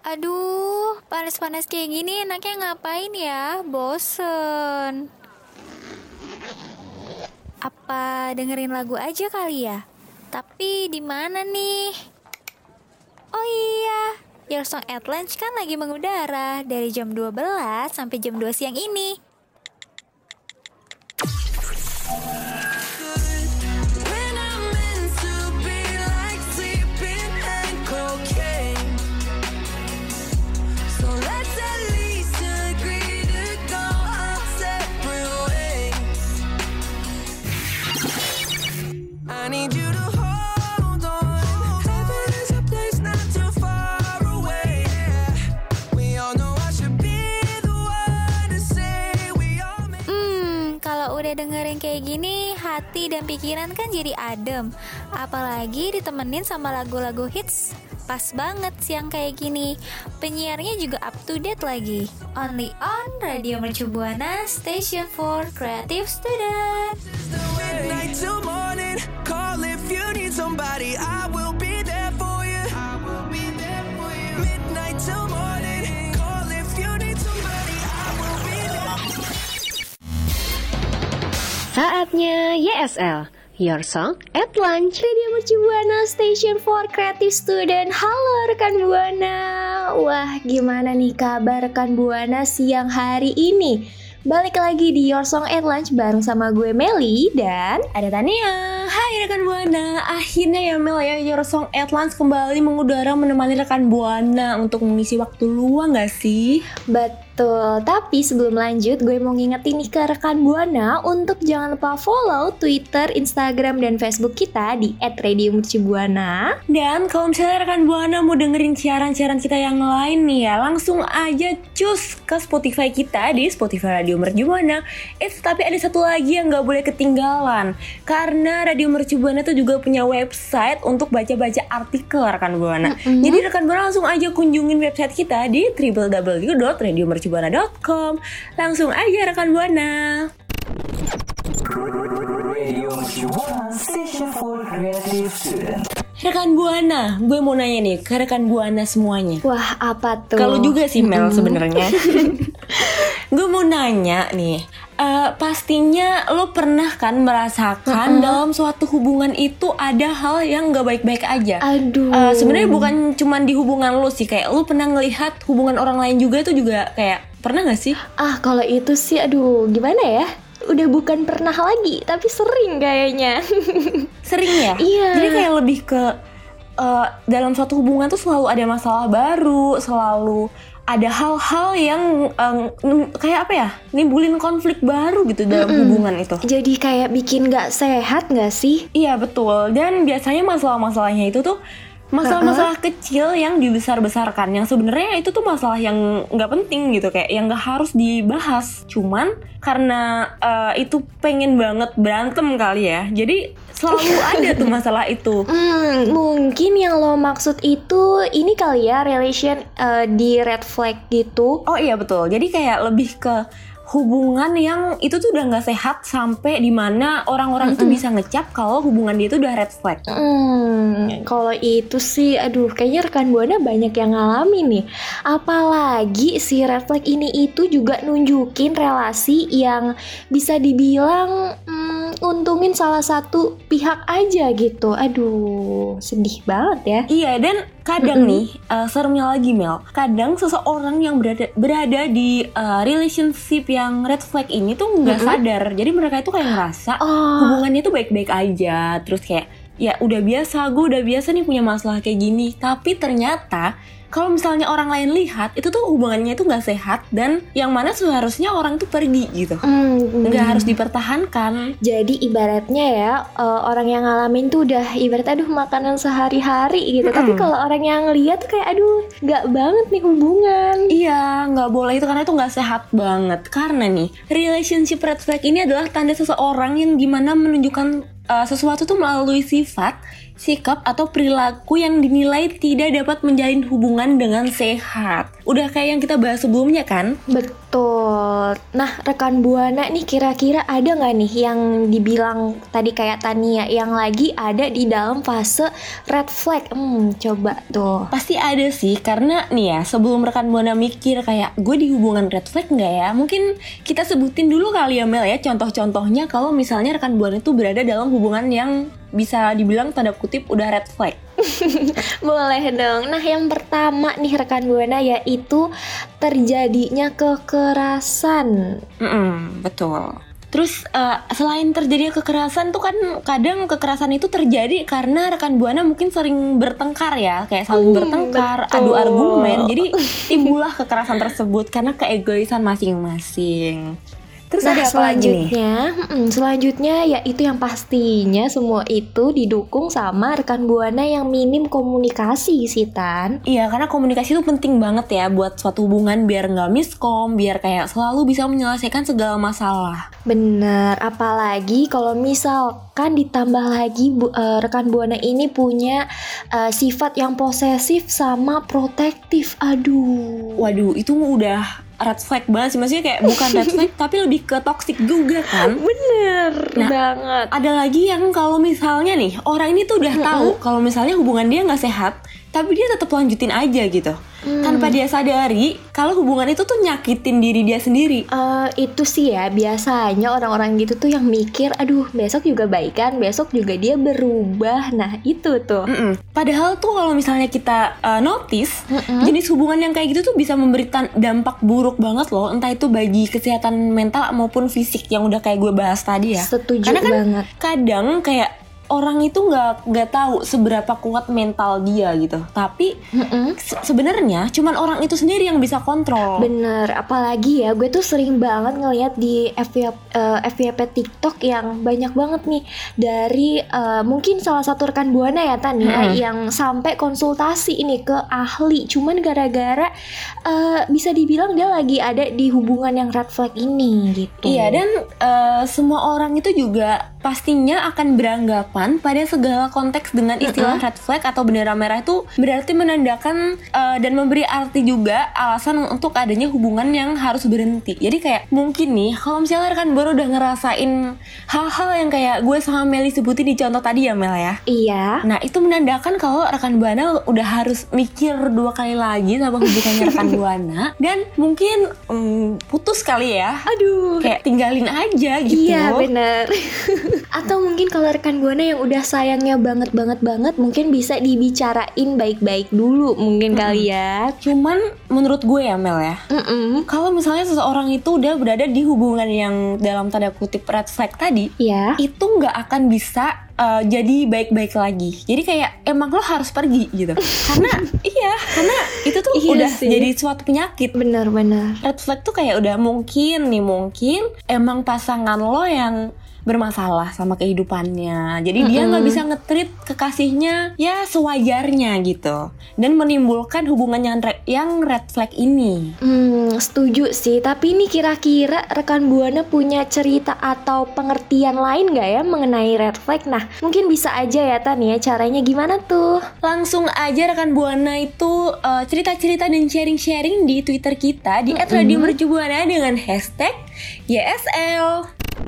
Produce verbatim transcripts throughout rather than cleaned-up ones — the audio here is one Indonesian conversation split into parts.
Aduh, panas-panas kayak gini enaknya ngapain ya? Bosen. Apa dengerin lagu aja kali ya? Tapi di mana nih? Oh iya, Your Song at Lunch kan lagi mengudara dari jam dua belas sampai jam dua siang ini. Udah dengerin kayak gini, hati dan pikiran kan jadi adem. Apalagi ditemenin sama lagu-lagu hits. Pas banget siang kayak gini. Penyiarnya juga up to date lagi. Only on Radio Mercu Buana, Station for Creative Student. Saatnya Y S L, Your Song at Lunch, Radio Mercu Buana, Station for Creative Student. Halo rekan Buana. Wah, gimana nih kabar rekan Buana siang hari ini? Balik lagi di Your Song at Lunch bareng sama gue Meli dan ada Tania. Hai rekan Buana, akhirnya ya Mel ya Your Song at Lunch kembali mengudara menemani rekan Buana untuk mengisi waktu luang gak sih? Betul, tapi sebelum lanjut gue mau ngingetin nih ke rekan Buana untuk jangan lupa follow Twitter, Instagram, dan Facebook kita di et radio mercu buana. Dan kalau misalnya rekan Buana mau dengerin siaran-siaran kita yang lain nih ya, langsung aja cus ke Spotify kita di Spotify Radio Mercu Buana. Eh tapi ada satu lagi yang gak boleh ketinggalan, karena Radio Mercu Buana tuh juga punya website untuk baca-baca artikel rekan Buana. Mm-hmm. Jadi rekan Buana langsung aja kunjungin website kita di w w w dot radio mercu buana dot com. Langsung aja rekan Buana. Rekan Buana, gue mau nanya nih ke rekan Buana semuanya. Wah, apa tuh? Kalau juga sih Mel mm-hmm. sebenarnya. Gue mau nanya nih, uh, pastinya lo pernah kan merasakan uh-uh. dalam suatu hubungan itu ada hal yang gak baik-baik aja. Aduh. Uh, sebenarnya bukan cuma di hubungan lo sih, kayak lo pernah ngelihat hubungan orang lain juga itu juga kayak pernah gak sih? Ah, kalau itu sih, aduh, gimana ya? Udah bukan pernah lagi, tapi sering kayaknya. Sering ya? Iya. Jadi kayak lebih ke uh, dalam suatu hubungan tuh selalu ada masalah baru, selalu ada hal-hal yang um, kayak apa ya, nimbulin konflik baru gitu dalam Mm-mm. hubungan itu. Jadi kayak bikin gak sehat gak sih? Iya betul, dan biasanya masalah-masalahnya itu tuh masalah-masalah uh-uh. kecil yang dibesar-besarkan, yang sebenarnya itu tuh masalah yang nggak penting gitu, kayak yang nggak harus dibahas. Cuman karena uh, itu pengen banget berantem kali ya, jadi selalu ada tuh masalah itu. Hmm, mungkin yang lo maksud itu ini kali ya, relation uh, di red flag gitu. Oh iya betul, jadi kayak lebih ke hubungan yang itu tuh udah nggak sehat sampai dimana orang-orang mm-hmm. itu bisa ngecap kalau hubungan dia itu udah red flag. Hmm, kalau itu sih, aduh, kayaknya rekan Buana banyak yang ngalamin nih. Apalagi si red flag ini itu juga nunjukin relasi yang bisa dibilang hmm, untungin salah satu pihak aja gitu. Aduh, sedih banget ya. Iya, dan kadang mm-hmm. nih, uh, seremnya lagi Mel, kadang seseorang yang berada berada di uh, relationship yang red flag ini tuh nggak mm-hmm. sadar. Jadi mereka itu kayak ngerasa oh. hubungannya tuh baik-baik aja, terus kayak ya udah biasa, gue udah biasa nih punya masalah kayak gini. Tapi ternyata kalau misalnya orang lain lihat, itu tuh hubungannya itu nggak sehat, dan yang mana seharusnya orang tuh pergi gitu, mm, nggak mm. harus dipertahankan. Jadi ibaratnya ya, uh, orang yang ngalamin tuh udah ibarat aduh makanan sehari-hari gitu. Mm. Tapi kalau orang yang lihat tuh kayak aduh nggak banget nih hubungan. Iya, nggak boleh itu, karena itu nggak sehat banget. Karena nih, relationship red flag ini adalah tanda seseorang yang gimana menunjukkan uh, sesuatu tuh melalui sifat, sikap atau perilaku yang dinilai tidak dapat menjalin hubungan dengan sehat. udah kayak yang kita bahas sebelumnya kan? Betul. Nah, rekan Buana nih kira-kira ada nggak nih yang dibilang tadi kayak Tania yang lagi ada di dalam fase red flag? Hmm, coba tuh. Pasti ada sih, karena nih ya sebelum rekan Buana mikir kayak gue di hubungan red flag nggak ya? Mungkin kita sebutin dulu kali ya Mel ya contoh-contohnya kalau misalnya rekan Buana itu berada dalam hubungan yang bisa dibilang tanda kutip udah red flag. Boleh dong. Nah, yang pertama nih rekan Buana yaitu terjadinya kekerasan. Mm-mm, betul. Terus uh, selain terjadi kekerasan tuh kan kadang kekerasan itu terjadi karena rekan Buana mungkin sering bertengkar ya, kayak saling hmm, bertengkar, betul. Adu argumen. Jadi timbullah kekerasan tersebut karena keegoisan masing-masing. Terus nah, ada apa selanjutnya, hmm, selanjutnya yaitu yang pastinya semua itu didukung sama rekan Buana yang minim komunikasi sih Tan. Iya, karena komunikasi itu penting banget ya buat suatu hubungan biar nggak miskom, biar kayak selalu bisa menyelesaikan segala masalah. Bener, apalagi kalau misalkan ditambah lagi bu, uh, rekan Buana ini punya uh, sifat yang posesif sama protektif. Aduh. Waduh, itu udah red flag banget sih, maksudnya kayak bukan red flag tapi lebih ke toxic juga kan. Bener nah, banget. Ada lagi yang kalau misalnya nih orang ini tuh udah mm-hmm. tahu kalau misalnya hubungan dia nggak sehat, tapi dia tetap lanjutin aja gitu hmm. tanpa dia sadari kalau hubungan itu tuh nyakitin diri dia sendiri. Uh, itu sih ya biasanya orang-orang gitu tuh yang mikir, aduh besok juga baikan, besok juga dia berubah. Nah itu tuh. Mm-mm. Padahal tuh kalau misalnya kita uh, notice Mm-mm. jenis hubungan yang kayak gitu tuh bisa memberikan dampak buruk banget loh, entah itu bagi kesehatan mental maupun fisik yang udah kayak gue bahas tadi ya. Setuju Karena kan banget. Kadang kayak orang itu nggak nggak tahu seberapa kuat mental dia gitu, tapi se- sebenarnya cuman orang itu sendiri yang bisa kontrol. Bener, apalagi ya gue tuh sering banget ngeliat di F Y P, uh, F Y P TikTok yang banyak banget nih dari uh, mungkin salah satu rekan Buana ya Tania mm-hmm. yang sampai konsultasi ini ke ahli, cuman gara-gara uh, bisa dibilang dia lagi ada di hubungan yang red flag ini gitu. Iya, dan uh, semua orang itu juga pastinya akan beranggapan pada segala konteks dengan istilah mm-hmm. red flag atau bendera merah itu berarti menandakan uh, dan memberi arti juga alasan untuk adanya hubungan yang harus berhenti. Jadi kayak mungkin nih kalau misalnya rekan baru udah ngerasain hal-hal yang kayak gue sama Meli sebutin di contoh tadi ya Mel ya. Iya. Nah itu menandakan kalau rekan Buana udah harus mikir dua kali lagi sama hubungannya rekan Buana dan mungkin um, putus kali ya. Aduh. Kayak tinggalin aja gitu. Iya bener. Atau mungkin kalau rekan Buana yang udah sayangnya banget banget banget mungkin bisa dibicarain baik-baik dulu mungkin mm-hmm. kali ya. Cuman menurut gue ya Mel ya, mm-hmm. kalau misalnya seseorang itu udah berada di hubungan yang dalam tanda kutip red flag tadi, yeah. itu nggak akan bisa uh, jadi baik-baik lagi. Jadi kayak emang lo harus pergi gitu. Karena iya, karena itu tuh iya udah sih. jadi suatu penyakit. Benar-benar. Red flag tuh kayak udah mungkin nih mungkin emang pasangan lo yang bermasalah sama kehidupannya. Jadi mm-hmm. dia nggak bisa nge-treat kekasihnya ya sewajarnya gitu, dan menimbulkan hubungan yang red, yang red flag ini. Hmm, setuju sih. Tapi ini kira-kira rekan Buana punya cerita atau pengertian lain nggak ya mengenai red flag? Nah, mungkin bisa aja ya Tan ya. Caranya gimana tuh? Langsung aja rekan Buana itu uh, cerita-cerita dan sharing-sharing di Twitter kita di mm-hmm. at radio mercu buana dengan hashtag Y S L.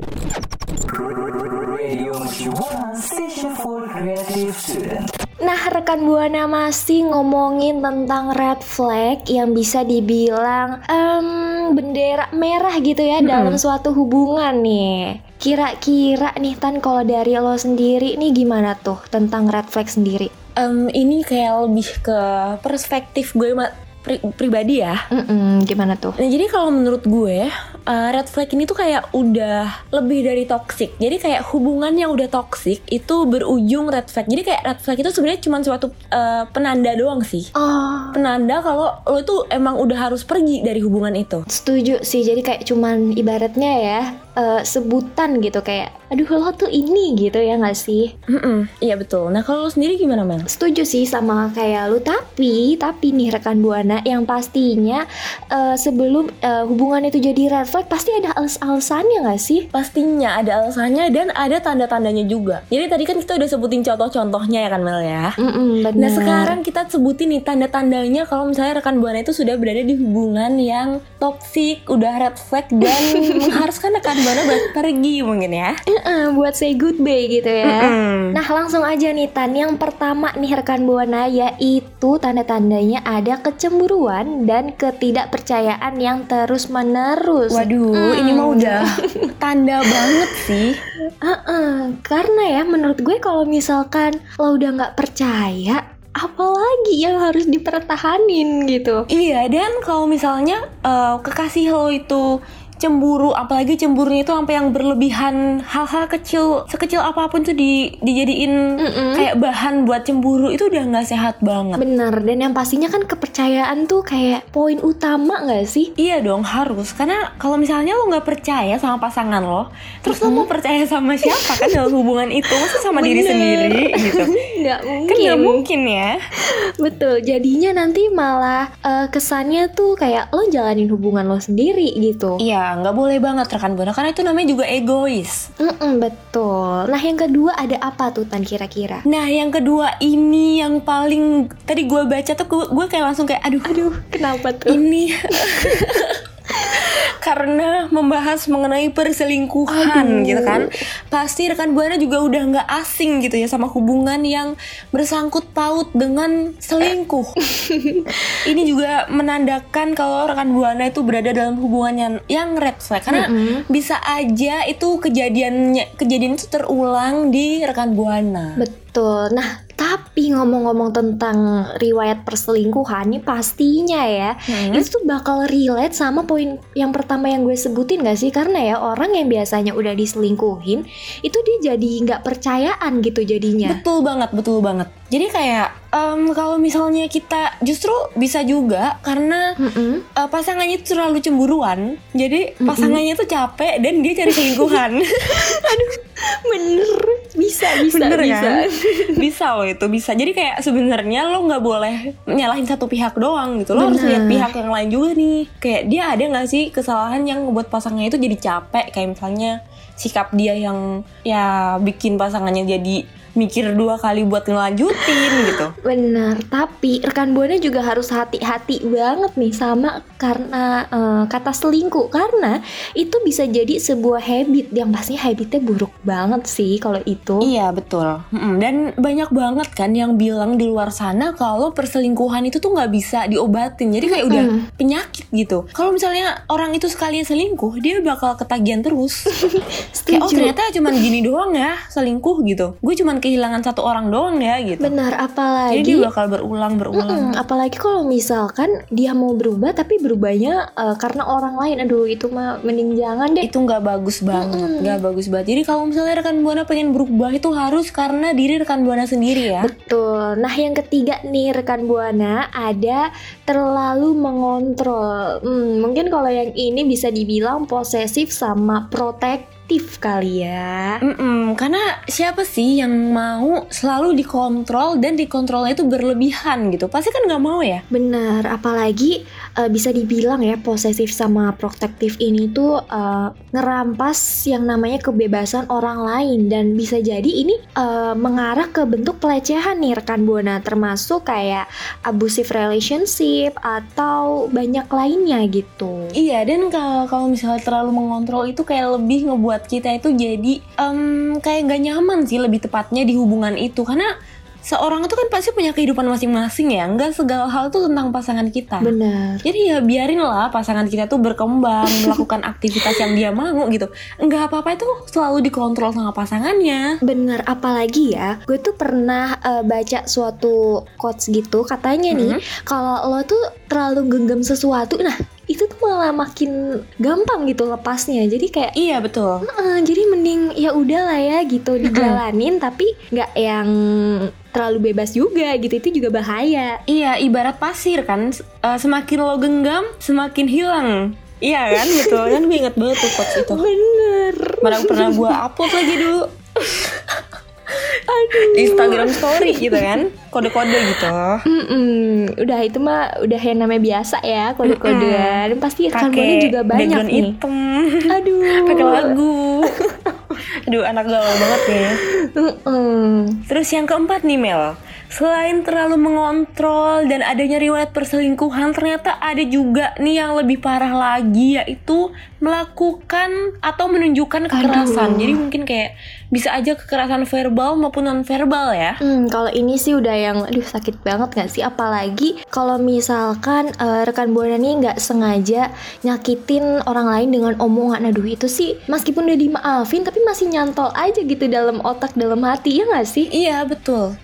Nah, rekan Buana masih ngomongin tentang red flag yang bisa dibilang um, bendera merah gitu ya hmm. dalam suatu hubungan nih. Kira-kira nih Tan, kalau dari lo sendiri nih gimana tuh tentang red flag sendiri? Um, ini kayak lebih ke perspektif gue ma- pri- pribadi ya. Mm-mm, gimana tuh? Nah, jadi kalau menurut gue uh, red flag ini tuh kayak udah lebih dari toxic. Jadi kayak hubungan yang udah toxic itu berujung red flag. Jadi kayak red flag itu sebenarnya cuma suatu uh, penanda doang sih. Oh. Penanda kalau lo tuh emang udah harus pergi dari hubungan itu. Setuju sih. Jadi kayak cuman ibaratnya ya, uh, sebutan gitu kayak aduh lo tuh ini gitu ya nggak sih? Mm-mm, iya betul. Nah kalau lo sendiri gimana Mel? Setuju sih sama kayak lu, tapi tapi nih rekan Buana, yang pastinya uh, sebelum uh, hubungan itu jadi red flag pasti ada alasannya nggak sih? Pastinya ada alasannya dan ada tanda-tandanya juga. Jadi tadi kan kita udah sebutin contoh-contohnya ya kan Mel ya. Mm-mm, bener. Nah sekarang kita sebutin nih tanda-tandanya kalau misalnya rekan Buana itu sudah berada di hubungan yang toksik, udah red flag dan mengharuskan rekan Buana buat pergi mungkin ya. Uh, buat say goodbye gitu ya. Mm-mm. Nah langsung aja nih Tan, yang pertama nih rekan Buana, yaitu tanda-tandanya ada kecemburuan dan ketidakpercayaan yang terus menerus. Waduh, mm. ini mah udah tanda banget sih. Uh-uh. Karena ya menurut gue kalau misalkan lo udah nggak percaya, apalagi yang harus dipertahanin gitu. Iya, dan kalau misalnya uh, kekasih lo itu cemburu, apalagi cemburunya itu sampai yang berlebihan, hal-hal kecil sekecil apapun tuh di dijadiin Mm-mm. kayak bahan buat cemburu, itu udah nggak sehat banget. Bener, dan yang pastinya kan kepercayaan tuh kayak poin utama nggak sih? Iya dong, harus. Karena kalau misalnya lo nggak percaya sama pasangan lo, terus mm-hmm. lo mau percaya sama siapa kan dalam hubungan itu? Masa sama Bener. diri sendiri gitu? Nggak mungkin. Kan nggak mungkin ya. Betul, jadinya nanti malah uh, kesannya tuh kayak lo jalanin hubungan lo sendiri gitu. Iya, nggak boleh banget rekan Buana, karena itu namanya juga egois. Mm-mm, betul. Nah yang kedua ada apa tuh Tan kira-kira? Nah yang kedua ini yang paling tadi gue baca tuh gue, gue kayak langsung kayak aduh aduh kenapa tuh ini karena membahas mengenai perselingkuhan. Aduh. Gitu kan. Pasti rekan Buana juga udah gak asing gitu ya sama hubungan yang bersangkut paut dengan selingkuh. Ini juga menandakan kalau rekan Buana itu berada dalam hubungan yang, yang red flag. Karena mm-hmm. bisa aja itu kejadiannya kejadian itu terulang di rekan Buana. Betul. Nah tapi ngomong-ngomong tentang riwayat perselingkuhan nih, pastinya ya hmm. itu tuh bakal relate sama poin yang pertama yang gue sebutin gak sih? Karena ya orang yang biasanya udah diselingkuhin itu dia jadi gak percayaan gitu jadinya. Betul banget, betul banget. Jadi kayak um, kalau misalnya kita justru bisa juga karena mm-hmm. uh, pasangannya itu terlalu cemburuan, jadi mm-hmm. pasangannya tuh capek dan dia cari selingkuhan. Aduh, bener, bisa, bisa, bener, bisa, kan? Bisa loh itu bisa. Jadi kayak sebenarnya lo nggak boleh nyalahin satu pihak doang gitu. Lo bener. Harus lihat pihak yang lain juga nih. Kayak dia ada nggak sih kesalahan yang ngebuat pasangannya itu jadi capek? Kayak misalnya sikap dia yang ya bikin pasangannya jadi mikir dua kali buat ngelanjutin gitu. Benar, tapi rekan Buana juga harus hati-hati banget nih sama karena uh, kata selingkuh, karena itu bisa jadi sebuah habit yang pastinya habitnya buruk banget sih kalau itu. Iya betul. Mm-mm. Dan banyak banget kan yang bilang di luar sana kalau perselingkuhan itu tuh nggak bisa diobatin, jadi kayak mm. udah penyakit gitu. Kalau misalnya orang itu sekali selingkuh, dia bakal ketagihan terus. Kayak oh ternyata cuman gini doang ya selingkuh gitu. Gue cuman kehilangan satu orang doang ya gitu. Benar, apalagi jadi dia bakal berulang-berulang. Apalagi kalau misalkan dia mau berubah tapi berubahnya uh, karena orang lain. Aduh itu mah mending jangan deh. Itu nggak bagus banget, nggak bagus banget. Jadi kalau misalnya rekan Buana pengen berubah itu harus karena diri rekan Buana sendiri ya. Betul. Nah yang ketiga nih rekan Buana ada terlalu mengontrol. Hmm, mungkin kalau yang ini bisa dibilang posesif sama protektif kali ya. Mm-mm, karena siapa sih yang mau selalu dikontrol dan dikontrolnya itu berlebihan gitu? Pasti kan nggak mau ya. Benar, apalagi uh, bisa dibilang ya posesif sama protektif ini tuh uh, ngerampas yang namanya kebebasan orang lain, dan bisa jadi ini uh, mengarah ke bentuk pelecehan nih rekan Buana, termasuk kayak abusive relationship atau banyak lainnya gitu. Iya, dan kalau kalau misalnya terlalu mengontrol itu kayak lebih ngebuat kita itu jadi um, kayak gak nyaman sih lebih tepatnya di hubungan itu. Karena seorang itu kan pasti punya kehidupan masing-masing ya, nggak segala hal tuh tentang pasangan kita. Benar. Jadi ya biarin lah pasangan kita tuh berkembang, melakukan aktivitas yang dia mau gitu. Nggak apa-apa itu selalu dikontrol sama pasangannya. Benar, apalagi ya, gue tuh pernah uh, baca suatu quotes gitu, katanya nih mm-hmm. kalau lo tuh terlalu genggam sesuatu, nah itu tuh malah makin gampang gitu lepasnya. Jadi kayak iya betul. Uh, jadi mending ya udahlah ya gitu dijalanin, tapi nggak yang terlalu bebas juga gitu, itu juga bahaya. Iya, ibarat pasir kan, uh, semakin lo genggam semakin hilang Iya kan, betul kan, gue inget banget tuh quotes itu. Bener. Mana pernah gue upload lagi dulu. Aduh. Di Instagram story gitu kan, kode-kode gitu. Mm-mm. Udah itu mah udah yang namanya biasa ya, kode-kodean. Pasti rekan Buana juga banyak background nih. hitam. Aduh. Pakai lagu. Aduh, anak gaul banget ya. Mm-mm. Terus yang keempat nih Mel, selain terlalu mengontrol dan adanya riwayat perselingkuhan, ternyata ada juga nih yang lebih parah lagi, yaitu melakukan atau menunjukkan kekerasan. Aduh. Jadi mungkin kayak bisa aja kekerasan verbal maupun non verbal ya. Hmm, kalau ini sih udah yang aduh sakit banget gak sih? Apalagi kalau misalkan uh, rekan Buana nih nggak sengaja nyakitin orang lain dengan omongan. Aduh itu sih meskipun udah dimaafin tapi masih nyantol aja gitu dalam otak, dalam hati, ya gak sih? Iya betul.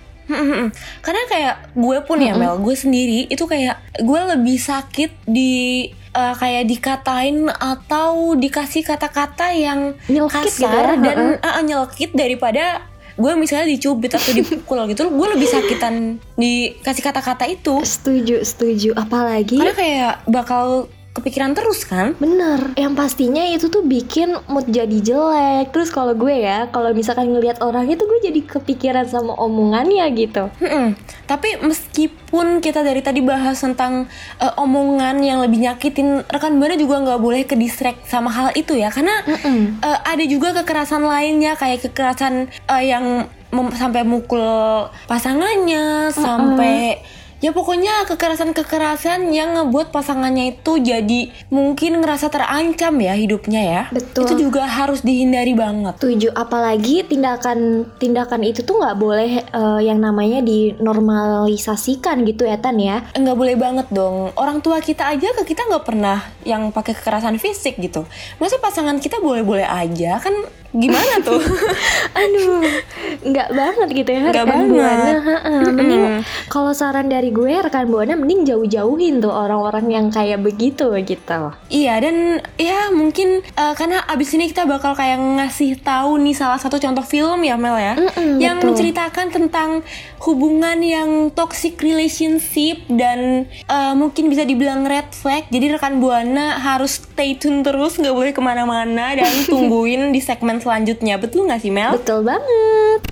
Karena kayak gue pun ya Mel, gue sendiri itu kayak gue lebih sakit di uh, kayak dikatain atau dikasih kata-kata yang Nyelkit kasar gitu ya, dan uh, nyelkit daripada gue misalnya dicubit atau dipukul gitu. Gue lebih sakitan dikasih kata-kata itu. Setuju, setuju. Apalagi karena kayak bakal kepikiran terus kan. Bener, yang pastinya itu tuh bikin mood jadi jelek. Terus kalau gue ya, kalau misalkan ngelihat orang itu gue jadi kepikiran sama omongannya gitu. Mm-mm. Tapi meskipun kita dari tadi bahas tentang uh, omongan yang lebih nyakitin, rekan Buana juga nggak boleh ke distract sama hal itu ya, karena uh, ada juga kekerasan lainnya kayak kekerasan uh, yang mem- sampai mukul pasangannya, uh-uh. sampai ya pokoknya kekerasan-kekerasan yang ngebuat pasangannya itu jadi mungkin ngerasa terancam ya hidupnya ya. Betul. Itu juga harus dihindari banget. Setuju. Apalagi tindakan tindakan itu tuh nggak boleh uh, yang namanya dinormalisasikan gitu ya Tan ya. Nggak boleh banget dong. Orang tua kita aja ke kita nggak pernah yang pakai kekerasan fisik gitu. Masa pasangan kita boleh-boleh aja kan? Gimana tuh? Aduh, nggak banget gitu ya nggak rekan banget. Buana. Ha-ha. Mending kalau saran dari gue rekan Buana mending jauh-jauhin tuh orang-orang yang kayak begitu gitu. Iya, dan ya mungkin uh, karena abis ini kita bakal kayak ngasih tahu nih salah satu contoh film ya Mel ya, Mm-mm, yang betul. menceritakan tentang hubungan yang toxic relationship dan uh, mungkin bisa dibilang red flag. Jadi rekan Buana harus stay tune terus, nggak boleh kemana-mana dan tungguin di segmen selanjutnya. Betul nggak sih Mel? Betul banget.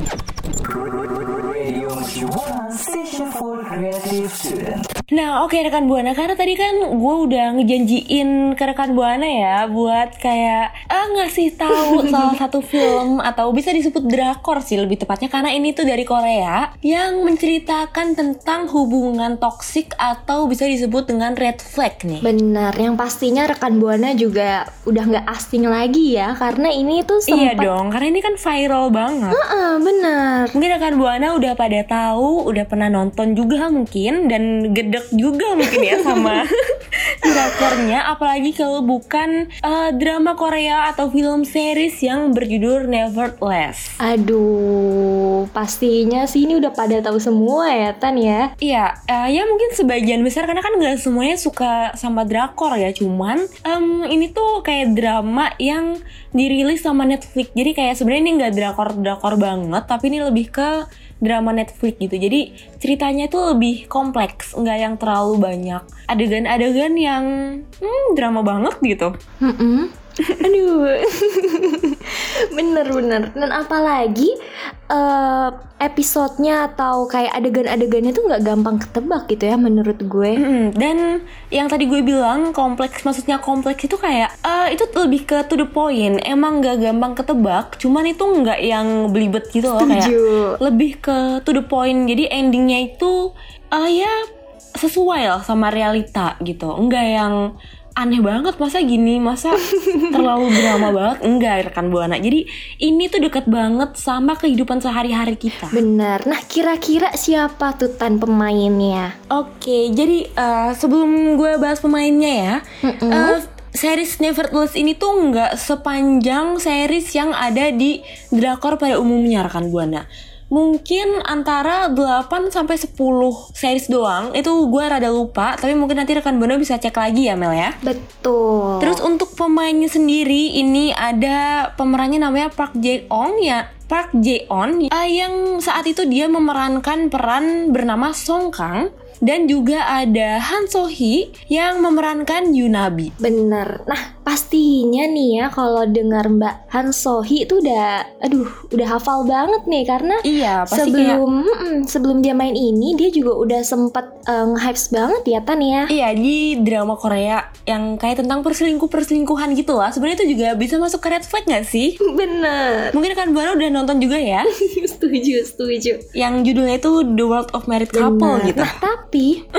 Nah oke okay, rekan Buana, karena tadi kan gue udah ngejanjiin ke rekan Buana ya buat kayak ah, ngasih tahu salah satu film atau bisa disebut drakor sih lebih tepatnya, karena ini tuh dari Korea yang menceritakan tentang hubungan toksik atau bisa disebut dengan red flag nih. Benar, yang pastinya rekan Buana juga udah nggak asing lagi ya, karena ini tuh sempat. Iya dong, karena ini kan viral banget. Heeh, benar. Mungkin rekan Buana udah pada tahu, udah pernah nonton juga mungkin, dan gede juga mungkin ya sama drakornya, apalagi kalau bukan uh, drama Korea atau film series yang berjudul Nevertheless. Aduh, pastinya sih ini udah pada tahu semua ya Tan ya. Iya, uh, ya mungkin sebagian besar karena kan nggak semuanya suka sama drakor ya, cuman um, ini tuh kayak drama yang dirilis sama Netflix. Jadi kayak sebenarnya ini nggak drakor-drakor banget, tapi ini lebih ke drama Netflix gitu. Jadi ceritanya tuh lebih kompleks, nggak yang terlalu banyak adegan-adegan yang hmm, drama banget gitu. Mm-mm. Aduh, bener-bener. Dan apalagi uh, episodenya atau kayak adegan-adegannya tuh nggak gampang ketebak gitu ya menurut gue. Mm-hmm. Dan yang tadi gue bilang kompleks, maksudnya kompleks itu kayak uh, itu lebih ke to the point. Emang nggak gampang ketebak, cuman itu nggak yang belibet gitu loh. Kayak lebih ke to the point. Jadi endingnya itu uh, ya sesuai lah sama realita gitu. Enggak yang aneh banget, masa gini, masa terlalu drama banget, enggak rekan Buana. Jadi ini tuh deket banget sama kehidupan sehari-hari kita. Bener. Nah kira-kira siapa tuh Tan pemainnya? Oke, jadi uh, sebelum gue bahas pemainnya ya, uh, series Nevertheless ini tuh nggak sepanjang series yang ada di drakor pada umumnya rekan Buana. Mungkin antara delapan sampai sepuluh series doang. Itu gue rada lupa, tapi mungkin nanti rekan Buana bisa cek lagi ya Mel ya. Betul. Terus untuk pemainnya sendiri ini ada pemerannya namanya Park Jae-on ya. Park Jae-on uh, yang saat itu dia memerankan peran bernama Song Kang. dan juga ada Han So Hee yang memerankan Yunabi. Bener. Nah, pastinya nih ya kalau dengar Mbak Han So Hee itu udah, aduh, udah hafal banget nih karena Iya, pasti sebelum mm, sebelum dia main ini dia juga udah sempet uh, nge-hypes banget ya Tan ya. Iya, di drama Korea yang kayak tentang perselingkuh-perselingkuhan gitu lah. Sebenarnya itu juga bisa masuk ke red flag gak sih? Bener. Mungkin kan Buana udah nonton juga ya. Setuju, setuju. Yang judulnya itu The World of Married Couple. Bener. Gitu. Nah tapi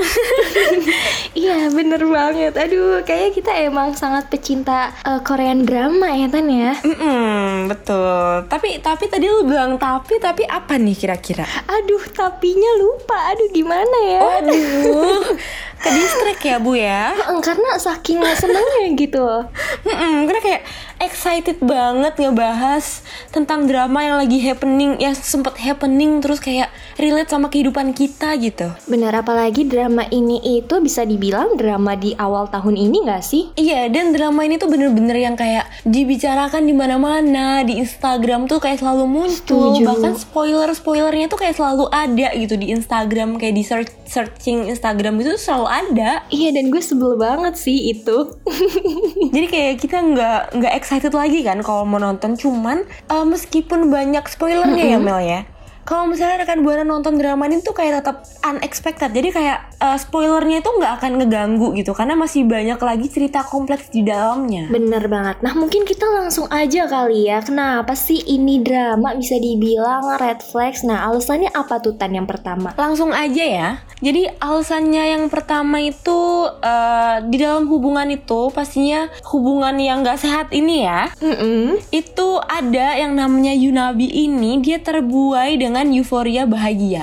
iya bener banget. Aduh kayaknya kita emang sangat pecinta uh, Korean drama ya Tan ya. Mm-mm, betul. Tapi tapi tadi lu bilang tapi tapi apa nih kira-kira? Aduh tapinya lupa. Aduh gimana ya? Aduh, ke distract ya Bu ya. Karena saking senengnya gitu. Mm-mm, karena kayak excited banget ngebahas tentang drama yang lagi happening, ya sempet happening terus kayak relate sama kehidupan kita gitu. Benar, apalagi drama ini itu bisa dibilang drama di awal tahun ini gak sih? Iya, dan drama ini tuh bener-bener yang kayak dibicarakan di mana-mana, di Instagram tuh kayak selalu muncul. Setuju. Bahkan spoiler-spoilernya tuh kayak selalu ada gitu di Instagram, kayak di search searching Instagram itu selalu ada. Iya, dan gue sebel banget sih itu. Jadi kayak kita nggak nggak excited lagi kan kalau mau nonton, cuman uh, meskipun banyak spoilernya mm-hmm. ya Mel ya. Kalau misalnya rekan Buana nonton drama ini tuh kayak tetap unexpected. Jadi kayak uh, spoilernya itu nggak akan ngeganggu gitu, karena masih banyak lagi cerita kompleks di dalamnya. Bener banget. Nah mungkin kita langsung aja kali ya, kenapa sih ini drama bisa dibilang red flags? Nah alasannya apa tuh Tan yang pertama? Langsung aja ya. Jadi alasannya yang pertama itu uh, di dalam hubungan itu pastinya hubungan yang nggak sehat ini ya. Mm-mm. Itu ada yang namanya Yunabi ini, dia terbuai dengan euforia bahagia.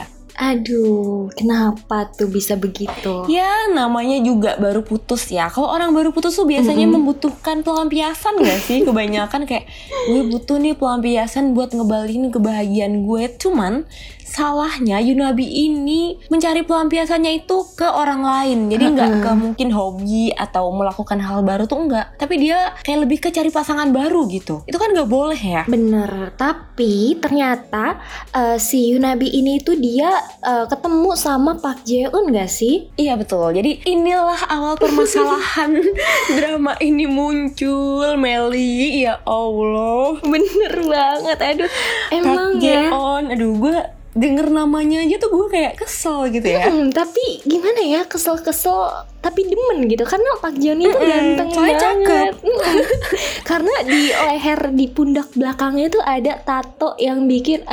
Aduh, kenapa tuh bisa begitu? Ya, namanya juga baru putus ya. Kalau orang baru putus tuh biasanya mm-hmm. membutuhkan pelampiasan gak sih? Kebanyakan kayak, gue butuh nih pelampiasan buat ngebalikin kebahagiaan gue. Cuman, salahnya Yunabi ini mencari pelampiasannya itu ke orang lain. Jadi gak ke mungkin hobi atau melakukan hal baru tuh enggak. Tapi dia kayak lebih ke cari pasangan baru gitu. Itu kan gak boleh ya? Bener, tapi ternyata uh, si Yunabi ini tuh dia Uh, ketemu sama Park Jae Eun gak sih? Iya betul. Jadi inilah awal permasalahan drama ini muncul, Meli. Ya Allah, bener banget. Aduh, emang Park Jae ya. Eun, aduh gue denger namanya aja tuh gue kayak kesel gitu ya. Hmm, tapi gimana ya, kesel-kesel tapi demen gitu karena Park Jae Eun itu mm-mm, ganteng banget. Cakep. Karena di leher, di pundak belakangnya tuh ada tato yang bikin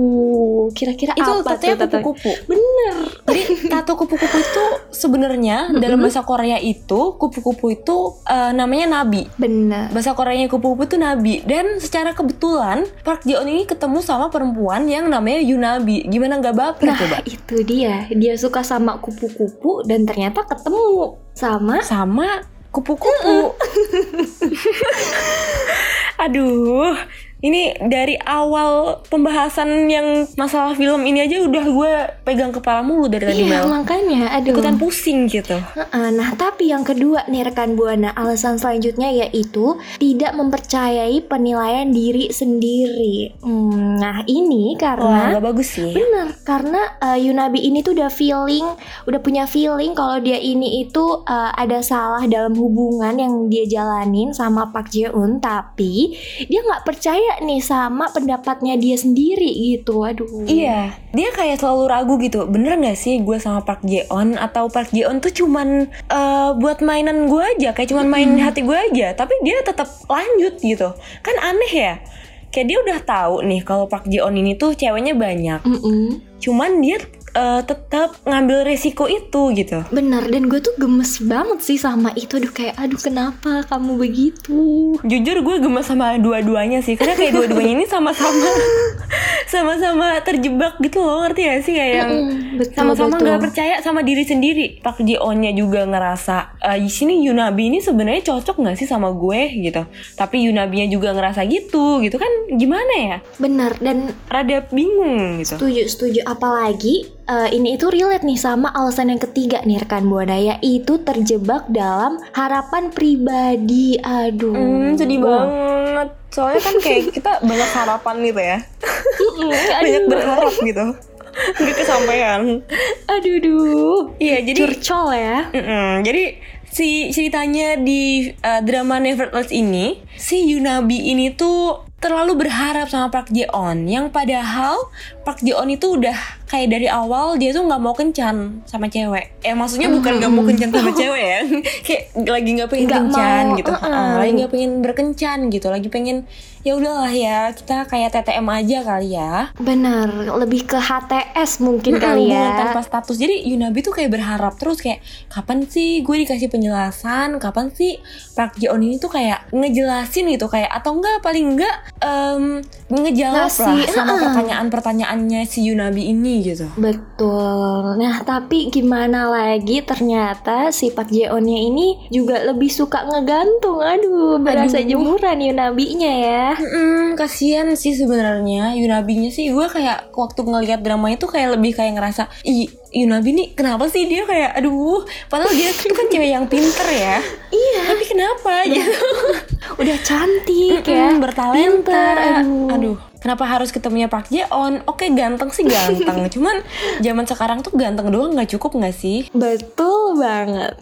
aduh, kira-kira itu apa tuh? Itu kupu-kupu. Bener. Jadi tato kupu-kupu itu sebenarnya mm-hmm. dalam bahasa Korea itu kupu-kupu itu uh, namanya nabi. Bener. Bahasa Koreanya kupu-kupu itu nabi, dan secara kebetulan Park Jae Eun ini ketemu sama perempuan yang namanya Yunabi. Gimana nggak baper nah, coba? Itu dia. Dia suka sama kupu-kupu dan ternyata ketemu sama sama kupu-kupu. Aduh, ini dari awal pembahasan yang masalah film ini aja udah gue pegang kepala mulu dari tadi Mel. Iya makanya, aduh. Ikutan pusing gitu. Nah tapi yang kedua nih rekan Buana, alasan selanjutnya yaitu tidak mempercayai penilaian diri sendiri. hmm, Nah ini karena wah, gak bagus sih. Bener, karena uh, Yunabi ini tuh udah feeling, udah punya feeling kalau dia ini itu uh, ada salah dalam hubungan yang dia jalanin sama Park Jae Eun, tapi dia nggak percaya nih sama pendapatnya dia sendiri gitu. Aduh. Iya, dia kayak selalu ragu gitu. Bener gak sih gue sama Park Jae Eun, atau Park Jae Eun tuh cuman uh, buat mainan gue aja, kayak cuman main hmm. hati gue aja, tapi dia tetap lanjut gitu. Kan aneh ya. Kayak dia udah tahu nih kalau Park Jae Eun ini tuh ceweknya banyak. Mm-mm. Cuman dia uh, tetap ngambil resiko itu gitu. Bener, dan gue tuh gemes banget sih sama itu. Aduh kayak, aduh kenapa kamu begitu? Jujur gue gemes sama dua-duanya sih, karena kayak dua-duanya ini sama-sama sama-sama terjebak gitu loh, ngerti gak sih? Kayak yang mm, betul, sama-sama betul. gak percaya sama diri sendiri. Park Jae Eun-nya juga ngerasa uh, di sini Yunabi ini sebenarnya cocok gak sih sama gue gitu. Tapi Yunabi-nya juga ngerasa gitu, gitu kan gimana ya? Bener, dan rada bingung gitu. Setuju, setuju. Apalagi uh, ini itu relate nih sama alasan yang ketiga nih rekan Buana, yaitu terjebak dalam harapan pribadi. Aduh, hmm, sedih banget. Soalnya kan kayak kita banyak harapan gitu ya. Banyak berharap gitu. nggak kesampaian. Aduh duh. Iya, jadi curcol ya. Mm-mm, jadi si ceritanya di uh, drama Nevertheless ini, si Yunabi ini tuh terlalu berharap sama Park Ji-on, yang padahal Park Ji-on itu udah kayak dari awal dia tuh nggak mau kencan sama cewek. Eh maksudnya bukan nggak mau kencan sama cewek ya, kayak lagi nggak pengen gak kencan mau, gitu, uh-uh. uh, lagi nggak pengen berkencan gitu, lagi pengen ya udahlah ya kita kayak T T M aja kali ya. Benar, lebih ke H T S mungkin hmm, kali ya. Tanpa status. Jadi Yunabi tuh kayak berharap terus kayak kapan sih gue dikasih penjelasan, kapan sih Park Ji-on ini tuh kayak ngejelasin gitu kayak, atau enggak paling enggak um, ngejawab Nasi, lah sama uh-uh. pertanyaan-pertanyaannya si Yunabi ini gitu. Betul. Nah tapi gimana lagi ternyata si Park Ji-onnya ini juga lebih suka ngegantung. Aduh, berasa Aduh. jemuran Yunabinya ya. Mm-mm, kasian sih sebenarnya Yunabinya sih. Gue kayak waktu ngelihat drama itu kayak lebih kayak ngerasa, ih Yunabi nih kenapa sih dia kayak aduh, padahal dia tuh kan cewek yang pinter ya. Iya. Tapi kenapa gitu? Udah cantik ya, bertalenta. Aduh. aduh. Kenapa harus ketemunya Park Ji-on? Oke, ganteng sih ganteng. Cuman zaman sekarang tuh ganteng doang nggak cukup nggak sih? Betul banget.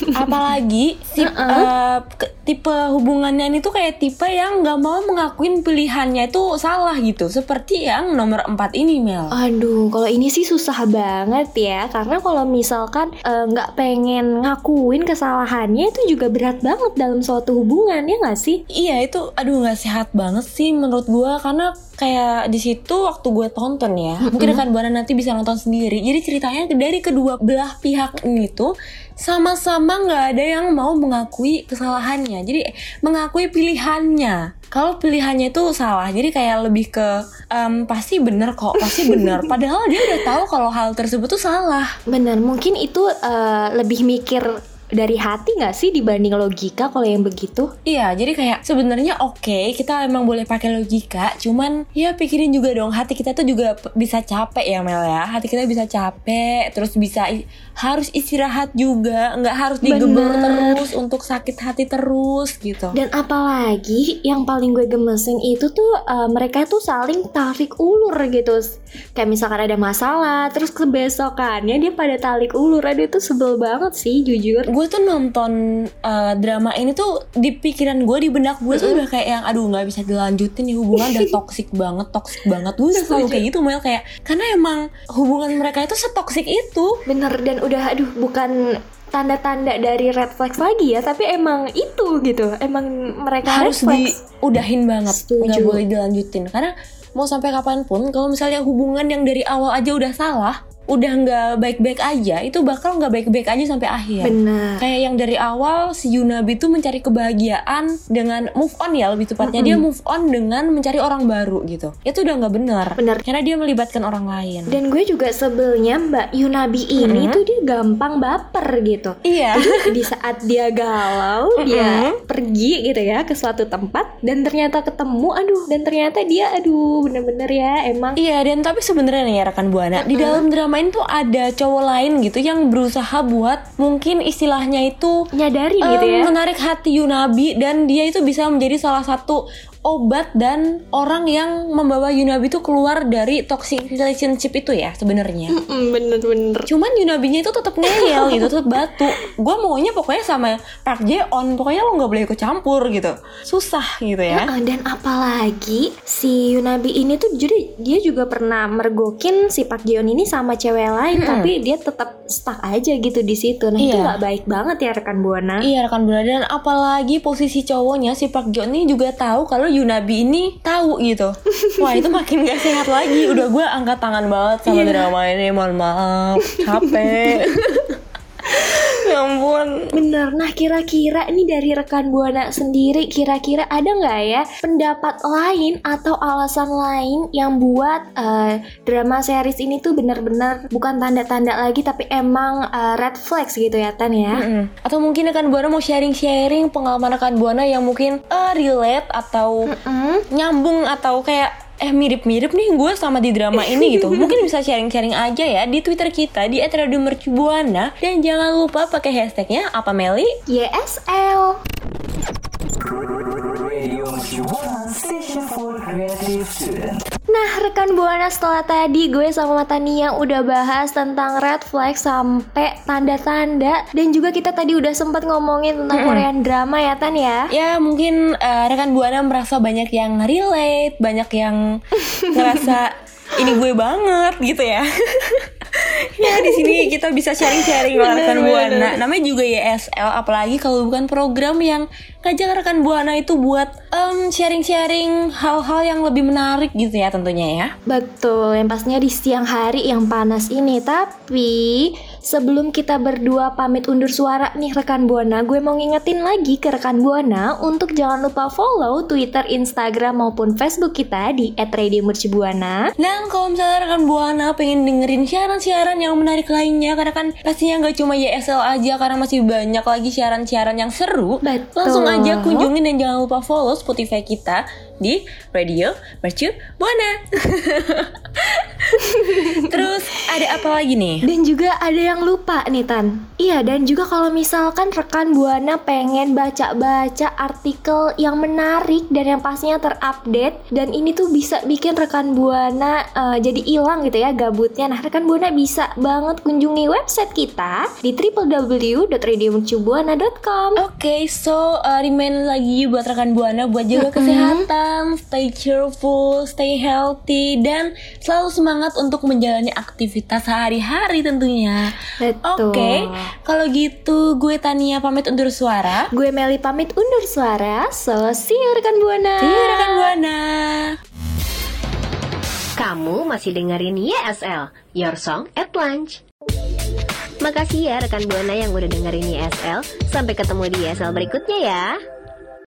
Apalagi si uh-uh. uh, ke, tipe hubungannya ini tuh kayak tipe yang nggak mau mengakuin pilihannya itu salah gitu. Seperti yang nomor empat ini, Mel. Aduh, kalau ini sih susah banget ya. Karena kalau misalkan nggak uh, pengen ngakuin kesalahannya itu juga berat banget dalam suatu hubungan, ya nggak sih? Iya, itu aduh nggak sehat banget sih menurut gue. Karena kayak di situ waktu gue tonton ya, mm-hmm. mungkin rekan Buana nanti bisa nonton sendiri. Jadi ceritanya dari kedua belah pihak ini tuh sama-sama nggak ada yang mau mengakui kesalahannya. Jadi mengakui pilihannya. Kalau pilihannya itu salah, jadi kayak lebih ke um, pasti bener kok, pasti bener. Padahal dia udah tahu kalau hal tersebut tuh salah. Bener, mungkin itu uh, lebih mikir dari hati nggak sih dibanding logika kalau yang begitu? Iya, jadi kayak sebenarnya oke okay, kita emang boleh pakai logika, cuman ya pikirin juga dong hati kita tuh juga bisa capek ya Mel ya, hati kita bisa capek, terus bisa i- harus istirahat juga, nggak harus digebor terus untuk sakit hati terus gitu. Dan apalagi yang paling gue gemesin itu tuh uh, mereka tuh saling tarik ulur gitu, kayak misalkan ada masalah, terus kebesokannya dia pada tarik ulur. Aduh itu sebel banget sih jujur. Gue tuh nonton uh, drama ini tuh di pikiran gue, di benak gue tuh udah kayak yang aduh nggak bisa dilanjutin nih hubungan, udah toksik banget, toksik banget. Gue udah selalu kayak gitu Mel, kayak karena emang hubungan mereka itu setoksik itu. Bener, dan udah aduh bukan tanda-tanda dari red flags lagi ya, tapi emang itu gitu, emang mereka harus diudahin banget, nggak boleh dilanjutin. Karena mau sampai kapanpun kalau misalnya hubungan yang dari awal aja udah salah, udah nggak baik-baik aja, itu bakal nggak baik-baik aja sampai akhir. Benar. Kayak yang dari awal si Yunabi tuh mencari kebahagiaan dengan move on ya, lebih tepatnya mm-hmm. dia move on dengan mencari orang baru gitu. Itu udah nggak benar. Benar. Karena dia melibatkan orang lain. Dan gue juga sebelnya Mbak Yunabi ini mm-hmm. tuh dia gampang baper gitu. Iya. Di saat dia galau, mm-hmm. dia pergi gitu ya ke suatu tempat dan ternyata ketemu, aduh, dan ternyata dia aduh bener-bener ya emang. Iya, dan tapi sebenarnya nih ya rekan Buana, mm-hmm. di dalam drama main tuh ada cowok lain gitu yang berusaha buat mungkin istilahnya itu nyadari um, gitu ya, menarik hati Yunabi, dan dia itu bisa menjadi salah satu obat dan orang yang membawa Yunabi itu keluar dari toxic relationship itu ya sebenarnya. Bener-bener. Cuman Yunabinya itu tetap ngeyel gitu, tetap batu. Gue maunya pokoknya sama Park Ji-on, pokoknya lo nggak boleh ikut campur gitu. Susah gitu ya. Nah, dan apalagi si Yunabi ini tuh jadi dia juga pernah mergokin si Park Ji-on ini sama cewek lain, hmm. tapi dia tetap stuck aja gitu di situ. Nah iya. itu nggak baik banget ya rekan Buana. Iya rekan Buana, dan apalagi posisi cowoknya si Park Ji-on ini juga tahu kalau Yunabi ini tahu gitu. Wah itu makin gak sehat lagi. Udah gue angkat tangan banget sama yeah. drama ini. Mohon maaf, capek. Ya ampun. Bener. Nah kira-kira ini dari rekan Buana sendiri, kira-kira ada gak ya pendapat lain atau alasan lain yang buat uh, drama series ini tuh benar-benar bukan tanda-tanda lagi, tapi emang uh, red flags gitu ya Tan ya. Mm-mm. Atau mungkin rekan Buana mau sharing-sharing pengalaman rekan Buana yang mungkin uh, relate atau Mm-mm. nyambung atau kayak eh mirip-mirip nih gue sama di drama ini gitu. Mungkin bisa sharing-sharing aja ya di Twitter kita di et radio mercubuana, dan jangan lupa pakai hashtagnya apa Meli? Y S L. Nah rekan Buana, setelah tadi gue sama Tania udah bahas tentang red flag sampai tanda-tanda, dan juga kita tadi udah sempat ngomongin tentang hmm. Korean drama ya Tan ya. Ya mungkin uh, rekan Buana merasa banyak yang relate, banyak yang ngerasa ini gue banget gitu ya. Ya di sini kita bisa sharing-sharing lah rekan Buana. Namanya juga Y S L, apalagi kalau bukan program yang ngajak rekan Buana itu buat um, sharing-sharing hal-hal yang lebih menarik gitu ya tentunya ya. Betul, yang pastinya di siang hari yang panas ini. Tapi sebelum kita berdua pamit undur suara nih rekan Buana, gue mau ngingetin lagi ke rekan Buana untuk jangan lupa follow Twitter, Instagram maupun Facebook kita di et radio mercubuana. Dan kalau misalnya rekan Buana pengen dengerin siaran-siaran yang menarik lainnya, karena kan pastinya gak cuma Y S L aja, karena masih banyak lagi siaran-siaran yang seru. Betul. Langsung aja kunjungin dan jangan lupa follow Spotify kita di Radio Mercu Buana. Terus ada apa lagi nih? Dan juga ada yang lupa nih Tan. Iya, dan juga kalau misalkan rekan Buana pengen baca-baca artikel yang menarik dan yang pastinya terupdate, dan ini tuh bisa bikin rekan Buana uh, jadi hilang gitu ya gabutnya. Nah rekan Buana bisa banget kunjungi website kita di w w w dot radio mercubuana dot com. Oke, okay, so uh, remind lagi buat rekan Buana buat jaga mm-hmm. kesehatan, stay cheerful, stay healthy, dan selalu semangat untuk menjalani aktivitas sehari-hari tentunya. Betul. Oke, okay, kalau gitu gue Tania pamit undur suara. Gue Meli pamit undur suara. So, see you rekan Buana. See you rekan Buana. Kamu masih dengerin Y S L, Your Song at Lunch. Makasih ya rekan Buana yang udah dengerin Y S L. Sampai ketemu di Y S L berikutnya ya.